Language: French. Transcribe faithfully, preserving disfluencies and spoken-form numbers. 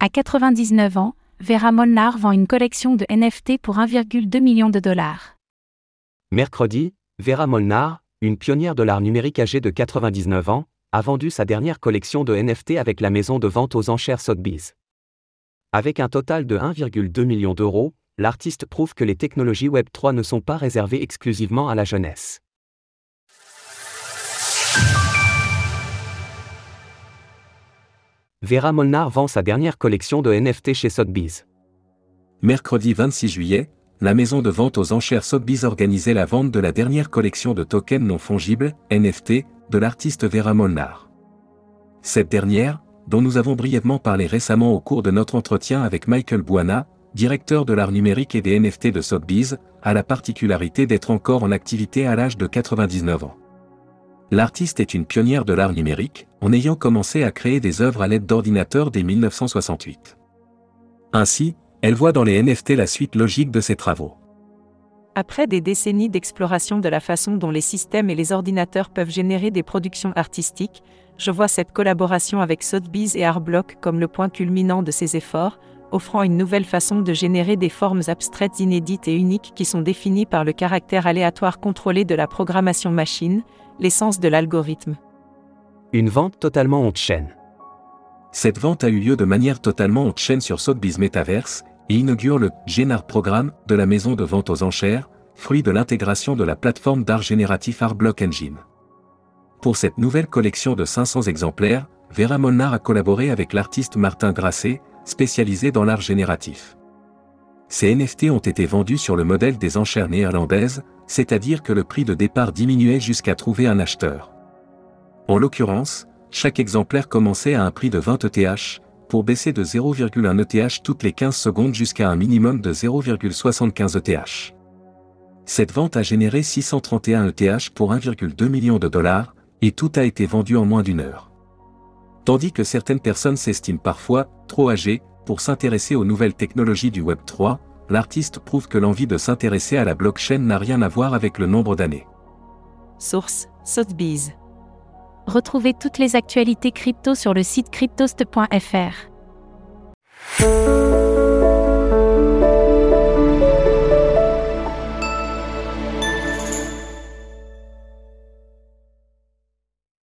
À quatre-vingt-dix-neuf ans, Vera Molnar vend une collection de N F T pour un virgule deux million de dollars. Mercredi, Vera Molnar, une pionnière de l'art numérique âgée de quatre-vingt-dix-neuf ans, a vendu sa dernière collection de N F T avec la maison de vente aux enchères Sotheby's. Avec un total de un virgule deux million d'euros, l'artiste prouve que les technologies Web trois ne sont pas réservées exclusivement à la jeunesse. Vera Molnar vend sa dernière collection de N F T chez Sotheby's. Mercredi vingt-six juillet, la maison de vente aux enchères Sotheby's organisait la vente de la dernière collection de tokens non fongibles, N F T, de l'artiste Vera Molnar. Cette dernière, dont nous avons brièvement parlé récemment au cours de notre entretien avec Michael Buana, directeur de l'art numérique et des N F T de Sotheby's, a la particularité d'être encore en activité à l'âge de quatre-vingt-dix-neuf ans. L'artiste est une pionnière de l'art numérique, en ayant commencé à créer des œuvres à l'aide d'ordinateurs dès mille neuf cent soixante-huit. Ainsi, elle voit dans les N F T la suite logique de ses travaux. Après des décennies d'exploration de la façon dont les systèmes et les ordinateurs peuvent générer des productions artistiques, je vois cette collaboration avec Sotheby's et Arblock comme le point culminant de ces efforts, offrant une nouvelle façon de générer des formes abstraites inédites et uniques qui sont définies par le caractère aléatoire contrôlé de la programmation machine, l'essence de l'algorithme. Une vente totalement on-chain. Cette vente a eu lieu de manière totalement on-chain sur Sotheby's Metaverse et inaugure le « Génar Programme » de la maison de vente aux enchères, fruit de l'intégration de la plateforme d'art génératif Arblock Engine. Pour cette nouvelle collection de cinq cents exemplaires, Vera Molnar a collaboré avec l'artiste Martin Grasset, spécialisé dans l'art génératif. Ces N F T ont été vendus sur le modèle des enchères néerlandaises, c'est-à-dire que le prix de départ diminuait jusqu'à trouver un acheteur. En l'occurrence, chaque exemplaire commençait à un prix de vingt E T H, pour baisser de zéro virgule un E T H toutes les quinze secondes jusqu'à un minimum de zéro virgule soixante-quinze E T H. Cette vente a généré six cent trente et un E T H pour un virgule deux million de dollars, et tout a été vendu en moins d'une heure. Tandis que certaines personnes s'estiment parfois trop âgées pour s'intéresser aux nouvelles technologies du Web trois, l'artiste prouve que l'envie de s'intéresser à la blockchain n'a rien à voir avec le nombre d'années. Source: Sotheby's. Retrouvez toutes les actualités crypto sur le site cryptost point f r.